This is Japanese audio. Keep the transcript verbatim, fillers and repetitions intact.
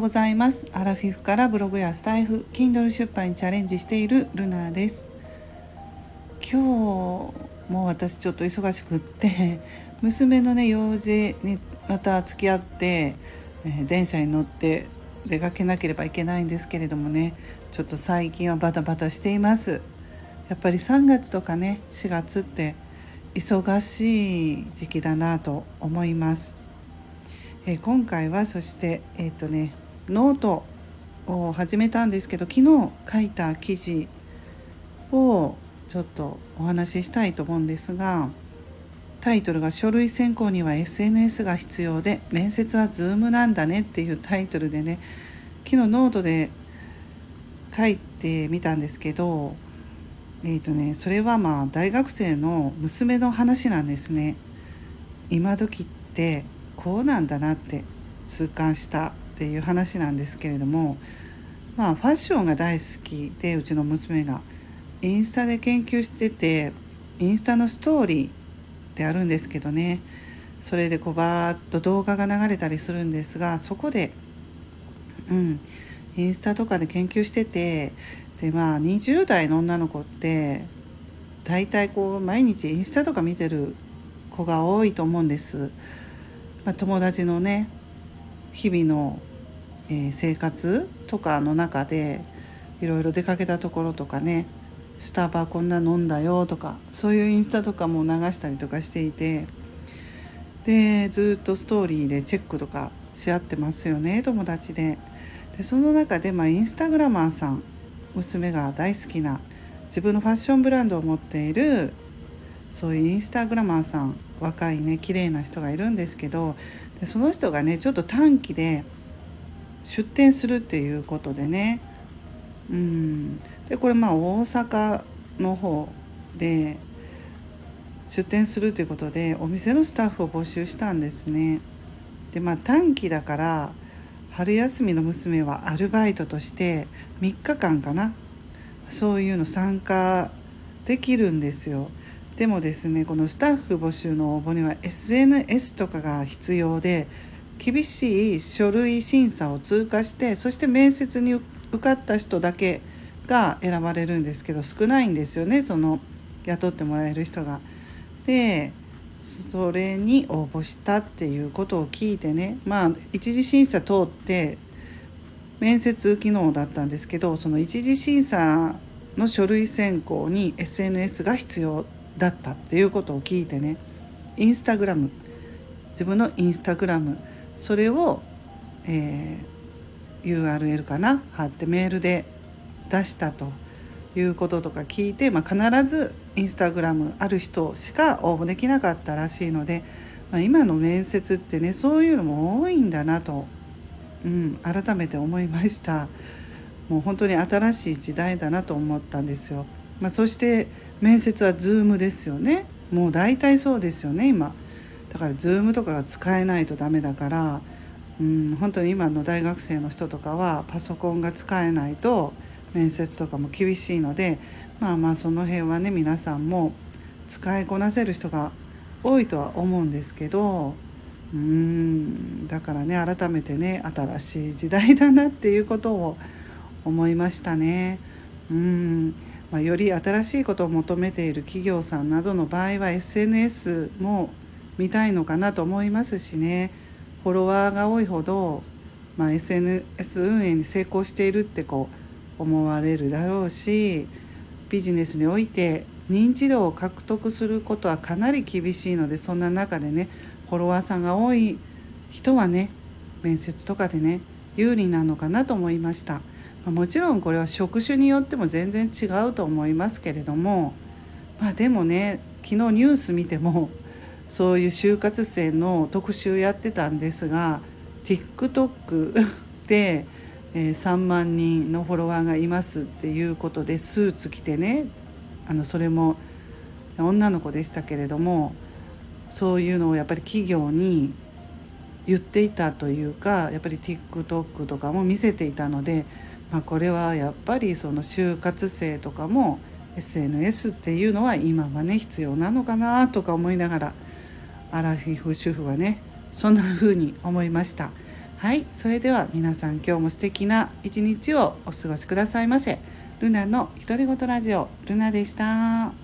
ございます。アラフィフからブログやスタイフ、Kindle 出版にチャレンジしているルナです。今日も私ちょっと忙しくって娘のね用事にまた付き合って、えー電車に乗って出かけなければいけないんですけれどもね、ちょっと最近はバタバタしています。やっぱりさんがつとかねしがつって忙しい時期だなと思います。えー今回はそしてえっ、とねノートを始めたんですけど、昨日書いた記事をちょっとお話ししたいと思うんですが、タイトルが書類選考には エスエヌエス が必要で面接は Zoom なんだねっていうタイトルでね、昨日ノートで書いてみたんですけど、えーとねそれはまあ大学生の娘の話なんですね。今時ってこうなんだなって痛感したっていう話なんですけれども、まあファッションが大好きで、うちの娘がインスタで研究してて、インスタのストーリーってあるんですけどね、それでこうバーッと動画が流れたりするんですが、そこでうんインスタとかで研究してて、でまあにじゅう代の女の子って大体こう毎日インスタとか見てる子が多いと思うんです。まあ、友達のね日々の、えー生活とかの中でいろいろ出かけたところとかね、スタバこんな飲んだよとか、そういうインスタとかも流したりとかしていて、でずっとストーリーでチェックとかし合ってますよね、友達で。でその中で、まあ、インスタグラマーさん、娘が大好きな自分のファッションブランドを持っているそういうインスタグラマーさん、若いね綺麗な人がいるんですけど、でその人がねちょっと短期で出店するっていうことでね、うんでこれまあ大阪の方で出店するということでお店のスタッフを募集したんですね。でまあ短期だから春休みの娘はアルバイトとしてみっかかんかな、そういうの参加できるんですよ。でもですね、このスタッフ募集の応募には エスエヌエス とかが必要で、厳しい書類審査を通過して、そして面接に受かった人だけが選ばれるんですけど、少ないんですよね、その雇ってもらえる人が。でそれに応募したっていうことを聞いてね、まあ一次審査通って面接機能だったんですけど、その一次審査の書類選考に エスエヌエス が必要だったっていうことを聞いてね、インスタグラム、自分のインスタグラム、それを、えー、ユーアールエル かな貼ってメールで出したということとか聞いて、まあ、必ずインスタグラムある人しか応募できなかったらしいので、まあ、今の面接ってねそういうのも多いんだなと、うん、改めて思いました。もう本当に新しい時代だなと思ったんですよ。まあ、そして面接は Zoom ですよね。もう大体そうですよね今。だから Zoom とかが使えないとダメだから、うん、本当に今の大学生の人とかはパソコンが使えないと面接とかも厳しいので、まあまあその辺はね皆さんも使いこなせる人が多いとは思うんですけど、うーんだからね改めてね新しい時代だなっていうことを思いましたね。うーん、まあ、より新しいことを求めている企業さんなどの場合は エスエヌエス も見たいのかなと思いますしね。フォロワーが多いほど、まあ、エスエヌエス 運営に成功しているってこう思われるだろうし、ビジネスにおいて認知度を獲得することはかなり厳しいので、そんな中でねフォロワーさんが多い人はね面接とかでね有利なのかなと思いました。まあもちろんこれは職種によっても全然違うと思いますけれども、まあでもね昨日ニュース見てもそういう就活生の特集やってたんですが、 TikTok でえーさんまん人のフォロワーがいますっていうことでスーツ着てね、あのそれも女の子でしたけれども、そういうのをやっぱり企業に言っていたというか、やっぱり TikTok とかも見せていたので、まあ、これはやっぱりその就活生とかも エスエヌエス っていうのは今はね必要なのかなとか思いながら、アラフィフ主婦はねそんな風に思いました。 はい、それでは皆さん今日も素敵な一日をお過ごしくださいませ。ルナの独り言ラジオ、ルナでした。